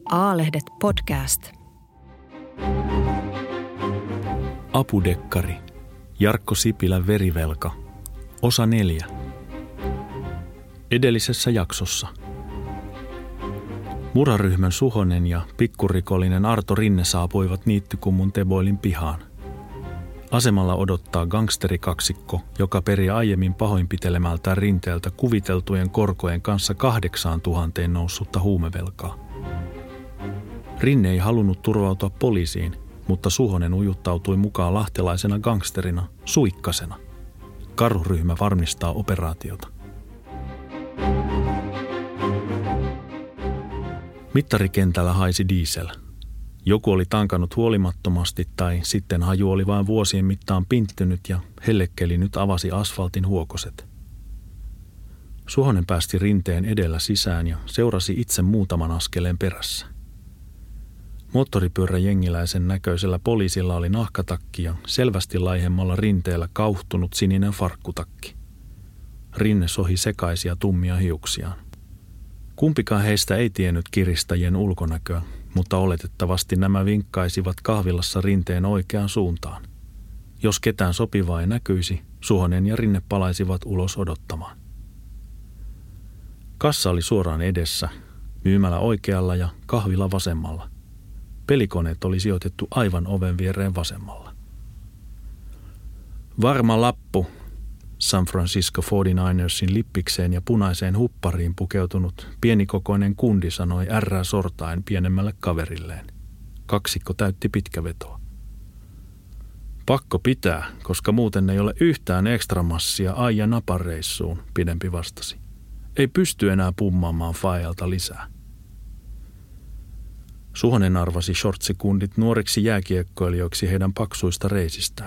A-lehdet podcast. Apudekkari. Jarkko Sipilän verivelka. Osa 4. Edellisessä jaksossa. Muraryhmän Suhonen ja pikkurikollinen Arto Rinne saapuivat niittykummun Teboilin pihaan. Asemalla odottaa gangsterikaksikko, joka peri aiemmin pahoinpitelemältään Rinteeltä kuviteltujen korkojen kanssa 8 000 noussutta huumevelkaa. Rinne ei halunnut turvautua poliisiin, mutta Suhonen ujuttautui mukaan lahtelaisena gangsterina, Suikkasena. Karhuryhmä varmistaa operaatiota. Mittarikentällä haisi diesel. Joku oli tankannut huolimattomasti tai sitten haju oli vain vuosien mittaan pinttynyt ja hellekeli nyt avasi asfaltin huokoset. Suhonen päästi Rinteen edellä sisään ja seurasi itse muutaman askeleen perässä. Moottoripyöräjengiläisen näköisellä poliisilla oli nahkatakki ja selvästi laihemmalla Rinteellä kauhtunut sininen farkkutakki. Rinne sohi sekaisia tummia hiuksiaan. Kumpikaan heistä ei tiennyt kiristäjien ulkonäköä, mutta oletettavasti nämä vinkkaisivat kahvilassa Rinteen oikeaan suuntaan. Jos ketään sopivaa ei näkyisi, Suhonen ja Rinne palaisivat ulos odottamaan. Kassa oli suoraan edessä, myymälä oikealla ja kahvila vasemmalla. Pelikoneet oli sijoitettu aivan oven viereen vasemmalla. Varma lappu. San Francisco 49ersin lippikseen ja punaiseen huppariin pukeutunut pienikokoinen kundi sanoi ärrää sortaen pienemmälle kaverilleen. Kaksikko täytti pitkävetoa. Pakko pitää, koska muuten ei ole yhtään ekstramassia Aija napareissuun, pidempi vastasi. Ei pysty enää pummaamaan faijalta lisää. Suhonen arvasi shortsikundit nuoriksi jääkiekkoilijoiksi heidän paksuista reisistään.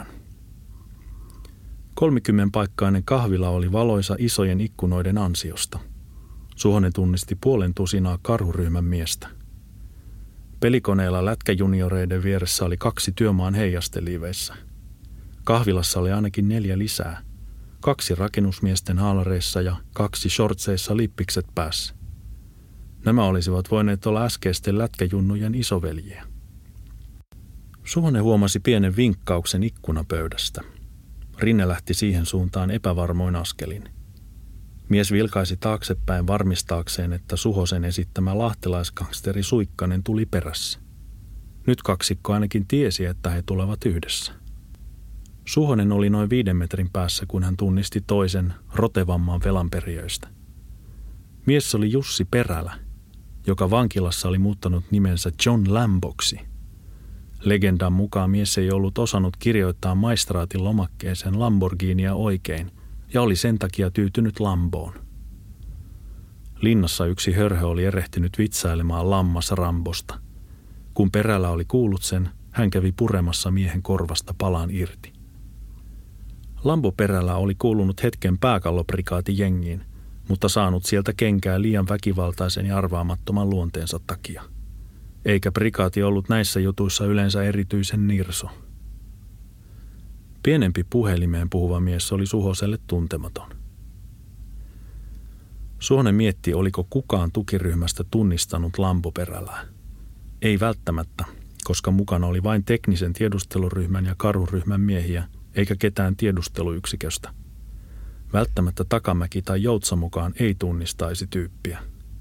30-paikkainen kahvila oli valoisa isojen ikkunoiden ansiosta. Suhonen tunnisti 50 karhuryhmän miestä. Pelikoneella lätkäjunioreiden vieressä oli 2 työmaan heijasteliiveissä. Kahvilassa oli ainakin 4 lisää. 2 rakennusmiesten haalareissa ja 2 shortseissa lippikset päässä. Nämä olisivat voineet olla äskeisten lätkäjunnujen isoveljiä. Suhonen huomasi pienen vinkkauksen ikkunapöydästä. Rinne lähti siihen suuntaan epävarmoin askelin. Mies vilkaisi taaksepäin varmistaakseen, että Suhosen esittämä lahtelaisgangsteri Suikkanen tuli perässä. Nyt kaksikko ainakin tiesi, että he tulevat yhdessä. Suhonen oli noin 5 metrin päässä, kun hän tunnisti toisen, rotevamman velanperijöistä. Mies oli Jussi Perälä, joka vankilassa oli muuttanut nimensä John Lamboksi. Legendan mukaan mies ei ollut osannut kirjoittaa maistraatin lomakkeeseen Lamborghinia oikein ja oli sen takia tyytynyt Lamboon. Linnassa yksi hörhö oli erehtynyt vitsailemaan Lammas Rambosta. Kun Perälä oli kuullut sen, hän kävi puremassa miehen korvasta palan irti. Lambo Perälä oli kuulunut hetken pääkalloprikaatin jengiin, mutta saanut sieltä kenkää liian väkivaltaisen ja arvaamattoman luonteensa takia. Eikä prikaati ollut näissä jutuissa yleensä erityisen nirso. Pienempi puhelimeen puhuva mies oli Suhoselle tuntematon. Suhonen mietti, oliko kukaan tukiryhmästä tunnistanut Lambo Perälää. Ei välttämättä, koska mukana oli vain teknisen tiedusteluryhmän ja karhuryhmän miehiä, eikä ketään tiedusteluyksiköstä. Välttämättä Takamäki tai Joutsa mukaan ei tunnistaisi tyyppiä.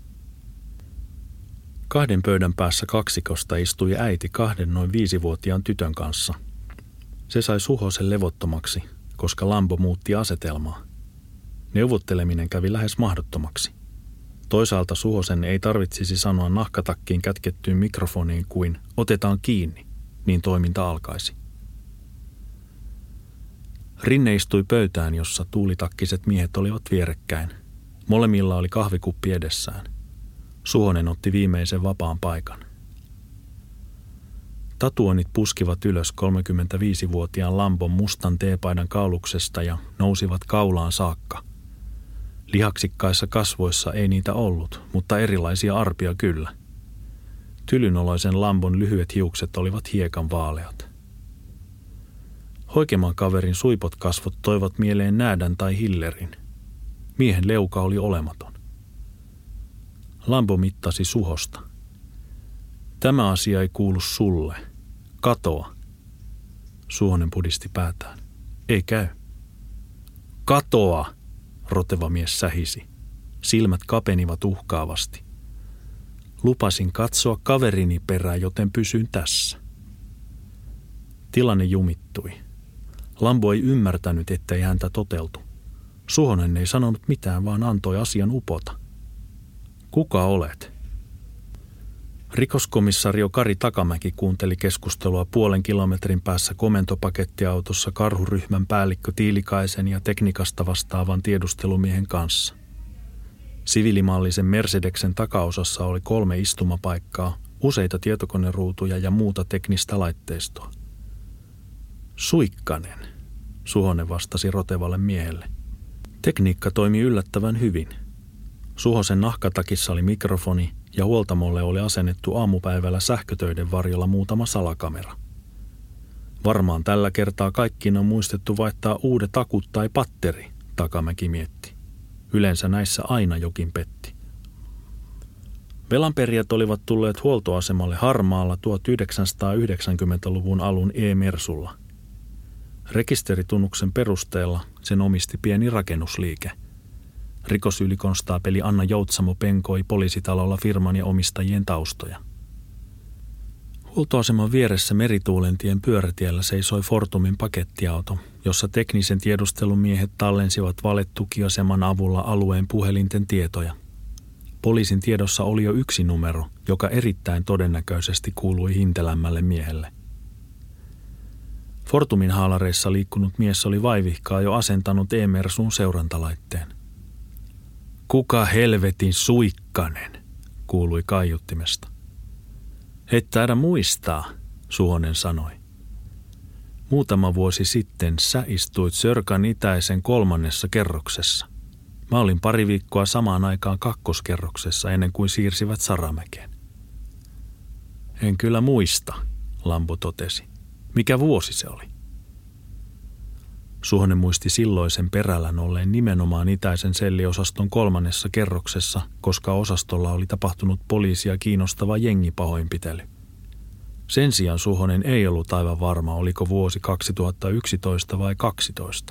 2 pöydän päässä kaksikosta istui äiti 2 noin 5-vuotiaan tytön kanssa. Se sai Suhosen levottomaksi, koska Lambo muutti asetelmaa. Neuvotteleminen kävi lähes mahdottomaksi. Toisaalta Suhosen ei tarvitsisi sanoa nahkatakkiin kätkettyyn mikrofoniin kuin otetaan kiinni, niin toiminta alkaisi. Rinne istui pöytään, jossa tuulitakkiset miehet olivat vierekkäin. Molemmilla oli kahvikuppi edessään. Suhonen otti viimeisen vapaan paikan. Tatuoinnit puskivat ylös 35-vuotiaan Lambon mustan teepaidan kauluksesta ja nousivat kaulaan saakka. Lihaksikkaissa kasvoissa ei niitä ollut, mutta erilaisia arpia kyllä. Tylynoloisen Lambon lyhyet hiukset olivat hiekan vaaleat. Hoikeman kaverin suipot kasvot toivat mieleen näädän tai hillerin. Miehen leuka oli olematon. Lambo mittasi Suhosta. Tämä asia ei kuulu sulle. Katoa. Suhonen pudisti päätään. Ei käy. Katoa, roteva mies sähisi. Silmät kapenivat uhkaavasti. Lupasin katsoa kaverini perään, joten pysyn tässä. Tilanne jumittui. Lambo ei ymmärtänyt, ettei häntä toteltu. Suhonen ei sanonut mitään, vaan antoi asian upota. Kuka olet? Rikoskomissario Kari Takamäki kuunteli keskustelua 0,5 kilometrin päässä komentopakettiautossa karhuryhmän päällikkö Tiilikaisen ja tekniikasta vastaavan tiedustelumiehen kanssa. Siviilimallisen Mercedeksen takaosassa oli 3 istumapaikkaa, useita tietokoneruutuja ja muuta teknistä laitteistoa. Suikkanen, Suhonen vastasi rotevalle miehelle. Tekniikka toimi yllättävän hyvin. Suhosen nahkatakissa oli mikrofoni ja huoltamolle oli asennettu aamupäivällä sähkötöiden varjolla muutama salakamera. Varmaan tällä kertaa kaikkiin on muistettu vaihtaa uudet akut tai patteri, Takamäki mietti. Yleensä näissä aina jokin petti. Velanperijät olivat tulleet huoltoasemalle harmaalla 1990-luvun alun E-Mersulla. Rekisteritunnuksen perusteella sen omisti pieni rakennusliike. Rikosylikonstaapeli Anna Joutsamo penkoi poliisitalolla firman ja omistajien taustoja. Huoltoaseman vieressä Merituulentien pyörätiellä seisoi Fortumin pakettiauto, jossa teknisen tiedustelumiehet tallensivat valetukiaseman avulla alueen puhelinten tietoja. Poliisin tiedossa oli jo yksi numero, joka erittäin todennäköisesti kuului hintelämmälle miehelle. Fortumin haalareissa liikkunut mies oli vaivihkaa jo asentanut E-Mersuun seurantalaitteen. Kuka helvetin Suikkanen, kuului kaiuttimesta. Et taida muistaa, Suhonen sanoi. Muutama vuosi sitten sä istuit Sörkan itäisen 3. kerroksessa. Mä olin pari viikkoa samaan aikaan 2. kerroksessa ennen kuin siirsivät Saramäkeen. En kyllä muista, Lambo totesi. Mikä vuosi se oli? Suhonen muisti silloisen perällään olleen nimenomaan itäisen selliosaston 3. kerroksessa, koska osastolla oli tapahtunut poliisia kiinnostava jengipahoinpitely. Sen sijaan Suhonen ei ollut aivan varma, oliko vuosi 2011 vai 2012.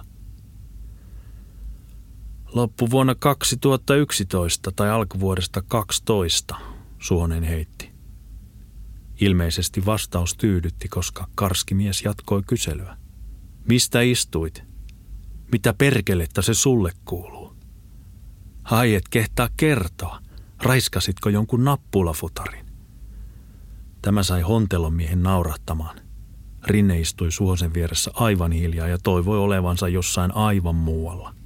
Loppuvuonna 2011 tai alkuvuodesta 2012, Suhonen heitti. Ilmeisesti vastaus tyydytti, koska karski mies jatkoi kyselyä. Mistä istuit? Mitä perkelettä se sulle kuuluu? Hai et kehtaa kertoa. Raiskasitko jonkun nappulafutarin? Tämä sai Hontelon miehen naurattamaan. Rinne istui Suhosen vieressä aivan hiljaa ja toivoi olevansa jossain aivan muualla.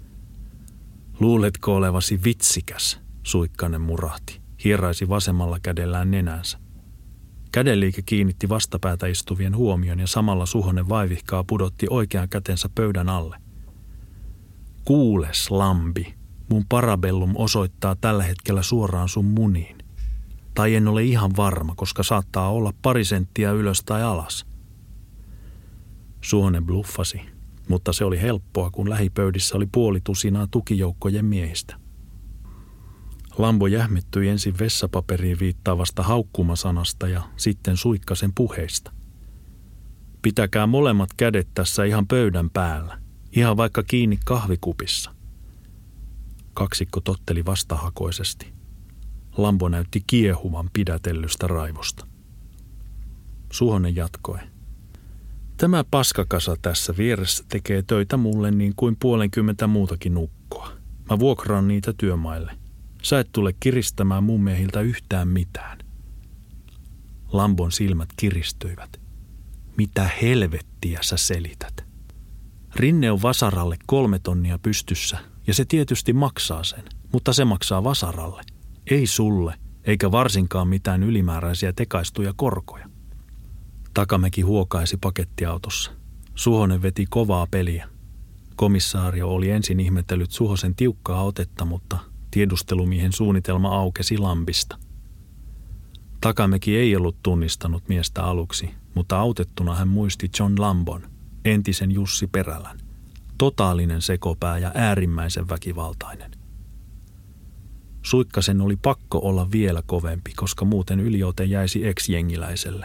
Luuletko olevasi vitsikäs, Suikkanen murahti, hieraisi vasemmalla kädellään nenänsä. Kädenliike kiinnitti vastapäätä istuvien huomion ja samalla Suhonen vaivihkaa pudotti oikean kätensä pöydän alle. Kuules, lambi, mun parabellum osoittaa tällä hetkellä suoraan sun muniin. Tai en ole ihan varma, koska saattaa olla 2 senttiä ylös tai alas. Suhonen bluffasi, mutta se oli helppoa, kun lähipöydissä oli 50 tukijoukkojen miehistä. Lambo jähmettyi ensin vessapaperiin viittaavasta haukkumasanasta ja sitten Suikkasen puheista. Pitäkää molemmat kädet tässä ihan pöydän päällä, ihan vaikka kiinni kahvikupissa. Kaksikko totteli vastahakoisesti. Lambo näytti kiehuvan pidätellystä raivosta. Suhonen jatkoi. Tämä paskakasa tässä vieressä tekee töitä mulle niin kuin 50 muutakin ukkoa. Mä vuokraan niitä työmaille. Sä et tule kiristämään mun miehiltä yhtään mitään. Lambon silmät kiristyivät. Mitä helvettiä sä selität? Rinne on Vasaralle 3 tonnia pystyssä ja se tietysti maksaa sen, mutta se maksaa Vasaralle. Ei sulle, eikä varsinkaan mitään ylimääräisiä tekaistuja korkoja. Takamäki huokaisi pakettiautossa. Suhonen veti kovaa peliä. Komissaario oli ensin ihmetellyt Suhosen tiukkaa otetta, mutta tiedustelumiehen suunnitelma aukesi lampista. Takamäki ei ollut tunnistanut miestä aluksi, mutta autettuna hän muisti John Lambon, entisen Jussi Perälän. Totaalinen sekopää ja äärimmäisen väkivaltainen. Suikkasen oli pakko olla vielä kovempi, koska muuten yliote jäisi ex-jengiläiselle.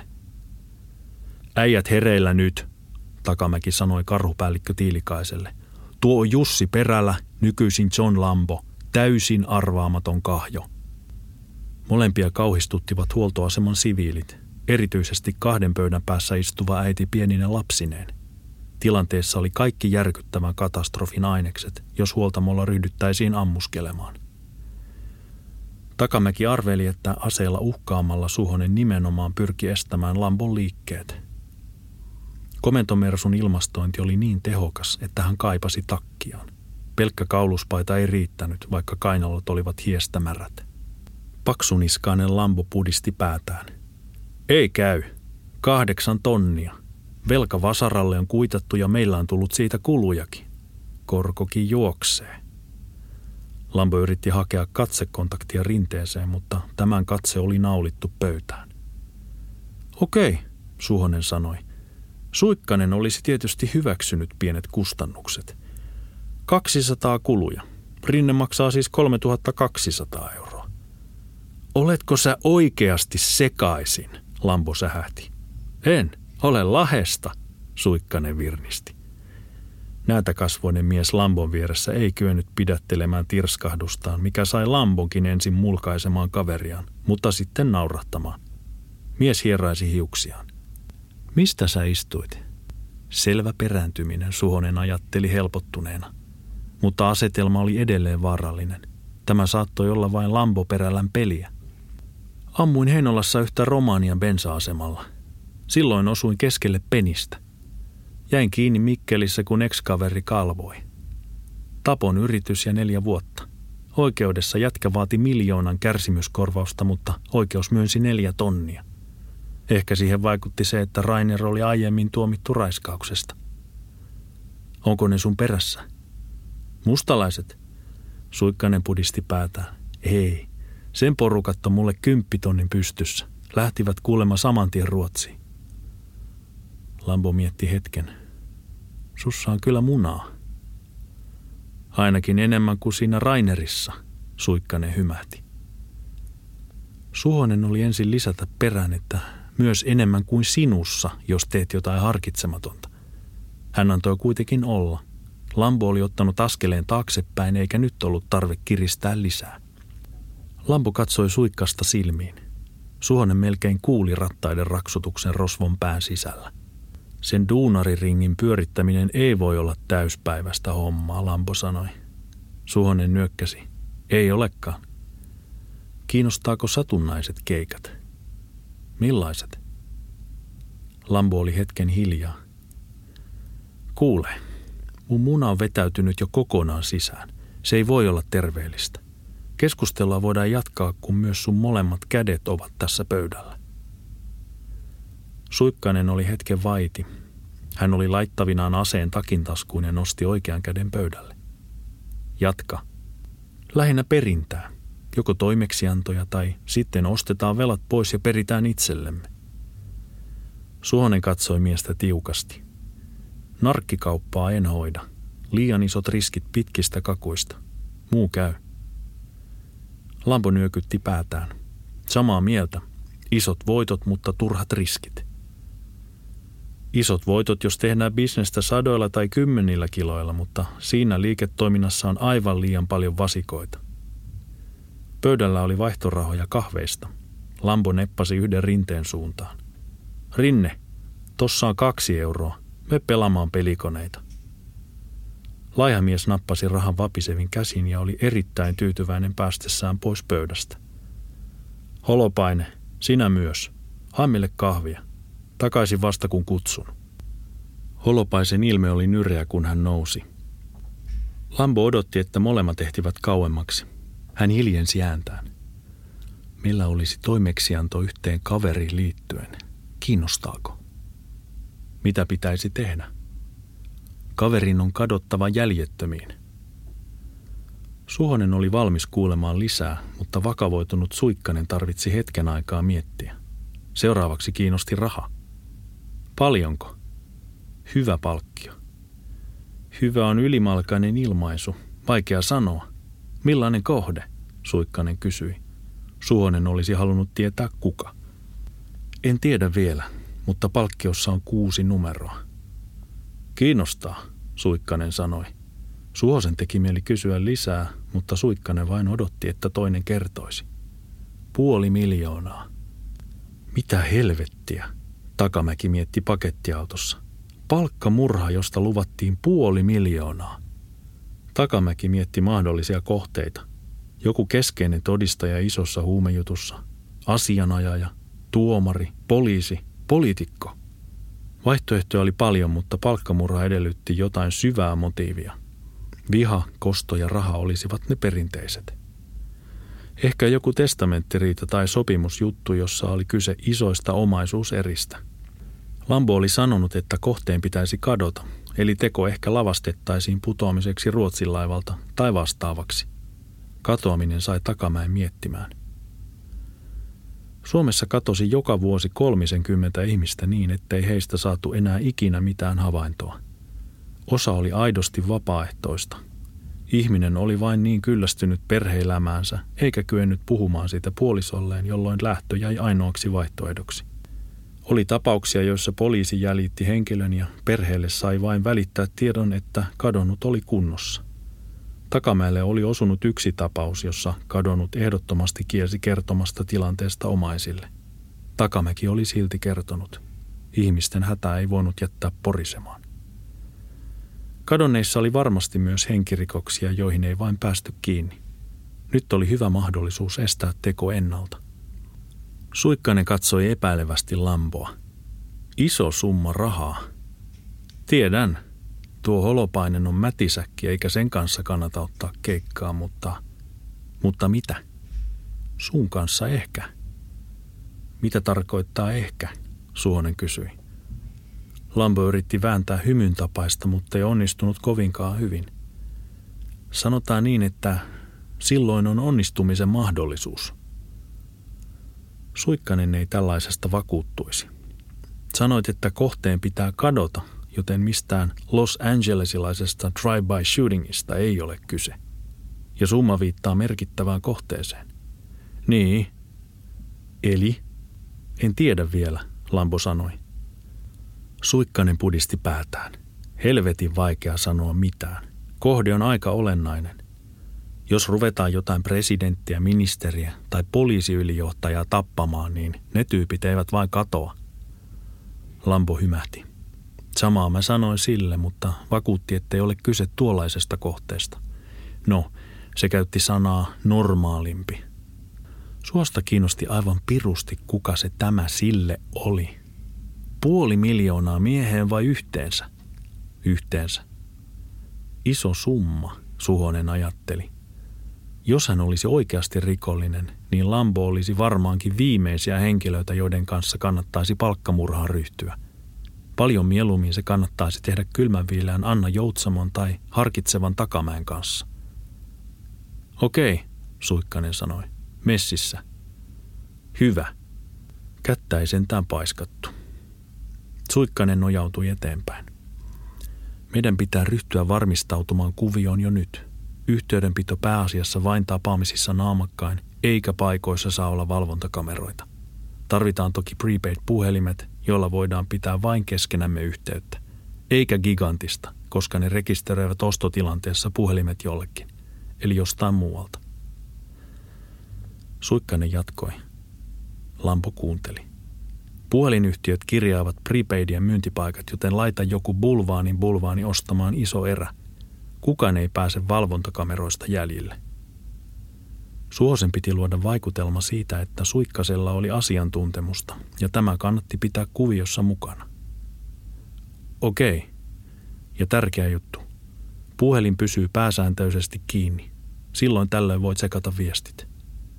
Äijät hereillä nyt, Takamäki sanoi karhupäällikkö Tiilikaiselle. Tuo on Jussi perällä, nykyisin John Lambo, täysin arvaamaton kahjo. Molempia kauhistuttivat huoltoaseman siviilit, erityisesti 2 pöydän päässä istuva äiti pienine lapsineen. Tilanteessa oli kaikki järkyttävän katastrofin ainekset, jos huoltamolla ryhdyttäisiin ammuskelemaan. Takamäki arveli, että aseella uhkaamalla Suhonen nimenomaan pyrki estämään Lambon liikkeet. Komentomersun ilmastointi oli niin tehokas, että hän kaipasi takkiaan. Pelkkä kauluspaita ei riittänyt, vaikka kainalot olivat hiestämärät. Paksuniskainen Lambo pudisti päätään. Ei käy. 8 tonnia. Velka vasaralle on kuitattu ja meillä on tullut siitä kulujakin. Korkokin juoksee. Lambo yritti hakea katsekontaktia rinteeseen, mutta tämän katse oli naulittu pöytään. Okei, Suhonen sanoi. Suikkanen olisi tietysti hyväksynyt pienet kustannukset. 200 kuluja. Rinne maksaa siis 3200 €. Oletko sä oikeasti sekaisin, Lambo sähähti. En, olen Lahesta, Suikkanen virnisti. Näätäkasvoinen mies Lambon vieressä ei kyennyt pidättelemään tirskahdustaan, mikä sai Lambonkin ensin mulkaisemaan kaveriaan, mutta sitten naurahtamaan. Mies hieraisi hiuksiaan. Mistä sä istuit? Selvä perääntyminen, Suhonen ajatteli helpottuneena. Mutta asetelma oli edelleen vaarallinen. Tämä saattoi olla vain Lambo-perällän peliä. Ammuin Heinolassa yhtä romaania bensa-asemalla. Silloin osuin keskelle penistä. Jäin kiinni Mikkelissä, kun ex-kaveri kalvoi. Tapon yritys ja 4 vuotta. Oikeudessa jätkä vaati 1 000 000 kärsimyskorvausta, mutta oikeus myönsi 4 tonnia. Ehkä siihen vaikutti se, että Rainer oli aiemmin tuomittu raiskauksesta. Onko ne sun perässä? Mustalaiset? Suikkanen pudisti päätään. Ei, sen porukat on mulle 10 tonnin pystyssä. Lähtivät kuulemma saman tien Ruotsiin. Lambo mietti hetken. Sussa on kyllä munaa. Ainakin enemmän kuin siinä Rainerissa, Suikkanen hymähti. Suhonen oli ensin lisätä perään, että myös enemmän kuin sinussa, jos teet jotain harkitsematonta. Hän antoi kuitenkin olla. Lambo oli ottanut askeleen taaksepäin, eikä nyt ollut tarve kiristää lisää. Lambo katsoi Suikkasta silmiin. Suhonen melkein kuuli rattaiden raksutuksen rosvon pään sisällä. Sen duunariringin pyörittäminen ei voi olla täyspäiväistä hommaa, Lambo sanoi. Suhonen nyökkäsi. Ei olekaan. Kiinnostaako satunnaiset keikat? Millaiset? Lambo oli hetken hiljaa. Kuule, mun muna on vetäytynyt jo kokonaan sisään. Se ei voi olla terveellistä. Keskustelua voidaan jatkaa, kun myös sun molemmat kädet ovat tässä pöydällä. Suikkanen oli hetken vaiti. Hän oli laittavinaan aseen takintaskuun ja nosti oikean käden pöydälle. Jatka. Lähinnä perintää. Joko toimeksiantoja tai sitten ostetaan velat pois ja peritään itsellemme. Suhonen katsoi miestä tiukasti. Narkkikauppaa en hoida. Liian isot riskit pitkistä kakuista. Muu käy. Lambo nyökytti päätään. Samaa mieltä. Isot voitot, mutta turhat riskit. Isot voitot, jos tehdään bisnestä 100 tai 10 kiloilla, mutta siinä liiketoiminnassa on aivan liian paljon vasikoita. Pöydällä oli vaihtorahoja kahveista. Lambo neppasi yhden rinteen suuntaan. Rinne, tossa on 2 €. Me pelaamaan pelikoneita. Laihamies nappasi rahan vapisevin käsin ja oli erittäin tyytyväinen päästessään pois pöydästä. Holopainen, sinä myös. Hae meille kahvia. Takaisin vasta kun kutsun. Holopaisen ilme oli nyreä, kun hän nousi. Lambo odotti, että molemmat ehtivät kauemmaksi. Hän hiljensi ääntään. Meillä olisi toimeksianto yhteen kaveriin liittyen. Kiinnostaako? Mitä pitäisi tehdä? Kaverin on kadottava jäljettömiin. Suhonen oli valmis kuulemaan lisää, mutta vakavoitunut Suikkanen tarvitsi hetken aikaa miettiä. Seuraavaksi kiinnosti raha. Paljonko? Hyvä palkkio. Hyvä on ylimalkainen ilmaisu. Vaikea sanoa. Millainen kohde? Suikkanen kysyi. Suhonen olisi halunnut tietää kuka. En tiedä vielä, mutta palkkiossa on 6 numeroa. Kiinnostaa, Suikkanen sanoi. Suhosen teki mieli kysyä lisää, mutta Suikkanen vain odotti, että toinen kertoisi. 500 000. Mitä helvettiä, Takamäki mietti pakettiautossa. Palkkamurha, josta luvattiin 500 000. Takamäki mietti mahdollisia kohteita. Joku keskeinen todistaja isossa huumejutussa, asianajaja, tuomari, poliisi, poliitikko. Vaihtoehtoja oli paljon, mutta palkkamurha edellytti jotain syvää motiivia. Viha, kosto ja raha olisivat ne perinteiset. Ehkä joku testamenttiriita tai sopimusjuttu, jossa oli kyse isoista omaisuuseristä. Lambo oli sanonut, että kohteen pitäisi kadota, eli teko ehkä lavastettaisiin putoamiseksi Ruotsin laivalta tai vastaavaksi. Katoaminen sai Takamäen miettimään. Suomessa katosi joka vuosi 30 ihmistä niin, ettei heistä saatu enää ikinä mitään havaintoa. Osa oli aidosti vapaaehtoista. Ihminen oli vain niin kyllästynyt perhe-elämäänsä, eikä kyennyt puhumaan siitä puolisolleen, jolloin lähtö jäi ainoaksi vaihtoehdoksi. Oli tapauksia, joissa poliisi jäljitti henkilön ja perheelle sai vain välittää tiedon, että kadonnut oli kunnossa. Takamäelle oli osunut yksi tapaus, jossa kadonnut ehdottomasti kielsi kertomasta tilanteesta omaisille. Takamäki oli silti kertonut. Ihmisten hätää ei voinut jättää porisemaan. Kadonneissa oli varmasti myös henkirikoksia, joihin ei vain päästy kiinni. Nyt oli hyvä mahdollisuus estää teko ennalta. Suikkanen katsoi epäilevästi Lamboa. Iso summa rahaa. Tiedän, tuo Holopainen on mätisäkki eikä sen kanssa kannata ottaa keikkaa, mutta mitä? Sun kanssa ehkä. Mitä tarkoittaa ehkä? Suhonen kysyi. Lambo yritti vääntää hymyn tapaista, mutta ei onnistunut kovinkaan hyvin. Sanotaan niin, että silloin on onnistumisen mahdollisuus. Suikkanen ei tällaisesta vakuuttuisi. Sanoit, että kohteen pitää kadota, joten mistään Los Angelesilaisesta drive-by shootingista ei ole kyse. Ja summa viittaa merkittävään kohteeseen. Niin. Eli? En tiedä vielä, Lambo sanoi. Suikkanen pudisti päätään. Helvetin vaikea sanoa mitään. Kohde on aika olennainen. Jos ruvetaan jotain presidenttiä, ministeriä tai poliisiylijohtajaa tappamaan, niin ne tyypit eivät vain katoa. Lambo hymähti. Samaa mä sanoin sille, mutta vakuutti, ettei ole kyse tuollaisesta kohteesta. No, se käytti sanaa normaalimpi. Suosta kiinnosti aivan pirusti, kuka se tämä sille oli. 500 000 mieheen vai yhteensä? Yhteensä. Iso summa, Suhonen ajatteli. Jos hän olisi oikeasti rikollinen, niin Lambo olisi varmaankin viimeisiä henkilöitä, joiden kanssa kannattaisi palkkamurhaan ryhtyä. Paljon mieluummin se kannattaisi tehdä kylmänviileän Anna Joutsamon tai harkitsevan Takamäen kanssa. Okei, Suikkanen sanoi. Messissä. Hyvä. Kättä ei sentään paiskattu. Suikkanen nojautui eteenpäin. Meidän pitää ryhtyä varmistautumaan kuvioon jo nyt. Yhteydenpito pääasiassa vain tapaamisissa naamakkain, eikä paikoissa saa olla valvontakameroita. Tarvitaan toki prepaid-puhelimet, joilla voidaan pitää vain keskenämme yhteyttä. Eikä gigantista, koska ne rekisteröivät ostotilanteessa puhelimet jollekin, eli jostain muualta. Suikkanen jatkoi. Lambo kuunteli. Puhelinyhtiöt kirjaavat prepaidien myyntipaikat, joten laita joku bulvaani ostamaan iso erä. Kukaan ei pääse valvontakameroista jäljille. Suhosen piti luoda vaikutelma siitä, että Suikkasella oli asiantuntemusta, ja tämä kannatti pitää kuviossa mukana. Okei. Ja tärkeä juttu. Puhelin pysyy pääsääntöisesti kiinni. Silloin tällöin voit sekata viestit.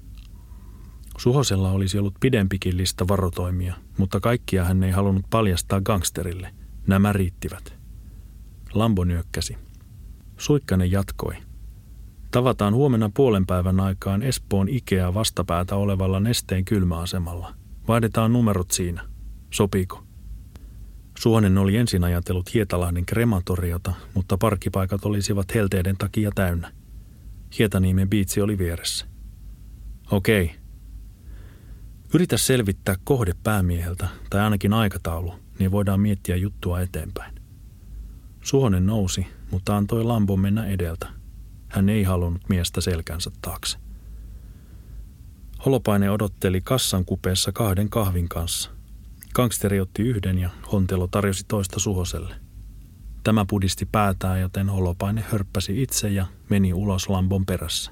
Suhosella olisi ollut pidempikin lista varotoimia, mutta kaikkia hän ei halunnut paljastaa gangsterille. Nämä riittivät. Lambo nyökkäsi. Suikkanen jatkoi. Tavataan huomenna puolen päivän aikaan Espoon Ikea vastapäätä olevalla Nesteen kylmäasemalla. Vaihdetaan numerot siinä. Sopiiko? Suhonen oli ensin ajatellut Hietalahden krematoriota, mutta parkkipaikat olisivat helteiden takia täynnä. Hietaniemen biitsi oli vieressä. Okei. Yritä selvittää kohde päämieheltä tai ainakin aikataulu, niin voidaan miettiä juttua eteenpäin. Suhonen nousi, mutta antoi Lambon mennä edeltä. Hän ei halunnut miestä selkänsä taakse. Holopainen odotteli kassan kupeessa 2 kahvin kanssa. Gangsteri otti 1 ja Hontelo tarjosi toista Suhoselle. Tämä pudisti päätään, joten Holopainen hörppäsi itse ja meni ulos Lambon perässä.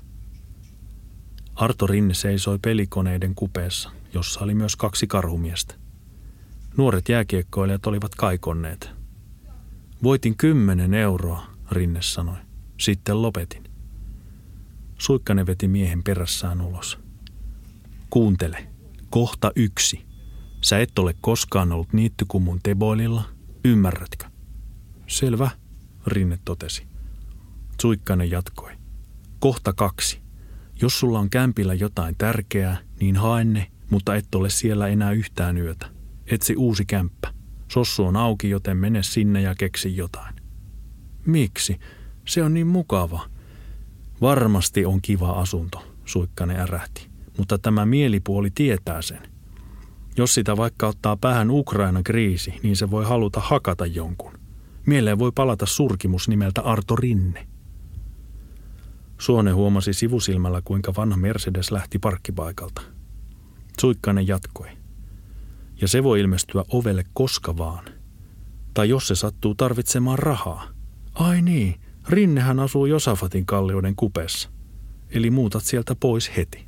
Arto Rinne seisoi pelikoneiden kupeessa, jossa oli myös 2 karhumiestä. Nuoret jääkiekkoilijat olivat kaikonneet. Voitin 10 euroa, Rinne sanoi. Sitten lopetin. Suikkanen veti miehen perässään ulos. Kuuntele, kohta 1. Sä et ole koskaan ollut niittykummun Teboililla, ymmärrätkö? Selvä, Rinne totesi. Suikkanen jatkoi. Kohta 2. Jos sulla on kämpillä jotain tärkeää, niin hae ne, mutta et ole siellä enää yhtään yötä. Etsi uusi kämppä. Sossu on auki, joten mene sinne ja keksi jotain. Miksi? Se on niin mukava. Varmasti on kiva asunto, Suikkanen ärähti, mutta tämä mielipuoli tietää sen. Jos sitä vaikka ottaa päähän Ukrainan kriisi, niin se voi haluta hakata jonkun. Mieleen voi palata surkimus nimeltä Arto Rinne. Suhonen huomasi sivusilmällä, kuinka vanha Mercedes lähti parkkipaikalta. Suikkanen jatkoi. Ja se voi ilmestyä ovelle koska vaan. Tai jos se sattuu tarvitsemaan rahaa. Ai niin, Rinnehän asuu Josafatin kallioiden kupeessa. Eli muutat sieltä pois heti.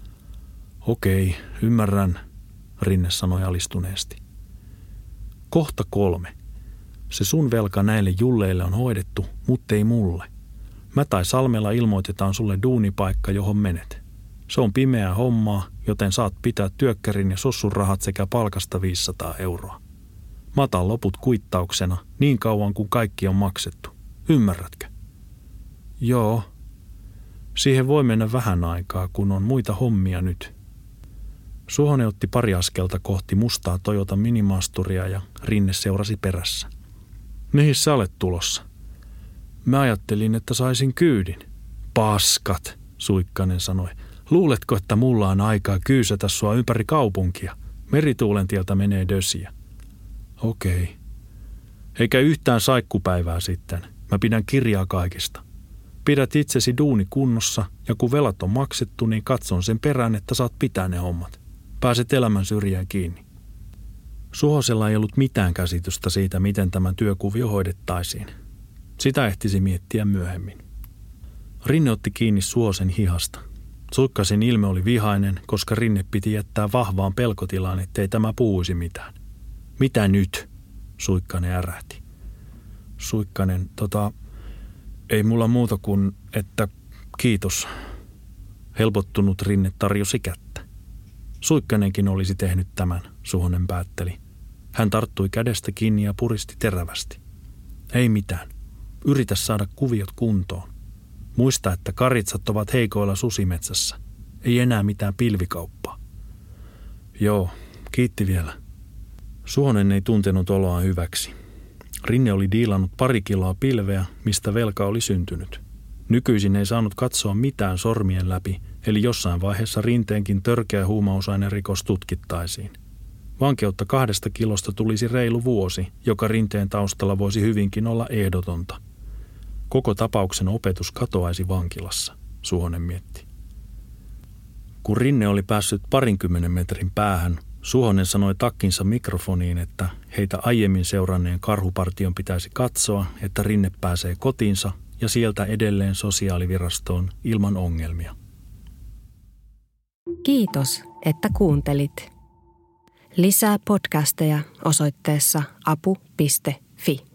Okei, ymmärrän, Rinne sanoi alistuneesti. Kohta 3. Se sun velka näille julleille on hoidettu, muttei mulle. Mä tai Salmela ilmoitetaan sulle duunipaikka, johon menet. Se on pimeää hommaa, joten saat pitää työkkärin ja sossun rahat sekä palkasta 500 euroa. Mä otan loput kuittauksena niin kauan kuin kaikki on maksettu. Ymmärrätkö? Joo. Siihen voi mennä vähän aikaa, kun on muita hommia nyt. Suhonen otti 2 askelta kohti mustaa Toyota Minimasturia ja Rinne seurasi perässä. Mihin sä olet tulossa? Mä ajattelin, että saisin kyydin. Paskat, Suikkanen sanoi. Luuletko, että mulla on aikaa kyysätä sua ympäri kaupunkia? Merituulen tieltä menee dösiä. Okei. Eikä yhtään saikkupäivää sitten. Mä pidän kirjaa kaikista. Pidät itsesi duuni kunnossa ja kun velat on maksettu, niin katson sen perään, että saat pitää ne hommat. Pääset elämän syrjään kiinni. Suhosella ei ollut mitään käsitystä siitä, miten tämä työkuvio hoidettaisiin. Sitä ehtisi miettiä myöhemmin. Rinne otti kiinni Suhosen hihasta. Suikkasen ilme oli vihainen, koska Rinne piti jättää vahvaan pelkotilaan, ettei tämä puhuisi mitään. Mitä nyt? Suikkanen ärähti. Suikkanen, ei mulla muuta kuin, että kiitos. Helpottunut Rinne tarjosi kättä. Suikkanenkin olisi tehnyt tämän, Suhonen päätteli. Hän tarttui kädestä kiinni ja puristi terävästi. Ei mitään. Yritä saada kuviot kuntoon. Muista, että karitsat ovat heikoilla susimetsässä. Ei enää mitään pilvikauppaa. Joo, kiitti vielä. Suhonen ei tuntenut oloaan hyväksi. Rinne oli diilannut 2 kiloa pilveä, mistä velka oli syntynyt. Nykyisin ei saanut katsoa mitään sormien läpi, eli jossain vaiheessa Rinteenkin törkeä huumausainerikos tutkittaisiin. Vankeutta 2 kilosta tulisi reilu vuosi, joka Rinteen taustalla voisi hyvinkin olla ehdotonta. Koko tapauksen opetus katoaisi vankilassa, Suhonen mietti. Kun Rinne oli päässyt 20 metrin päähän, Suhonen sanoi takkinsa mikrofoniin, että heitä aiemmin seuranneen karhupartion pitäisi katsoa, että Rinne pääsee kotiinsa ja sieltä edelleen sosiaalivirastoon ilman ongelmia. Kiitos, että kuuntelit. Lisää podcasteja osoitteessa apu.fi.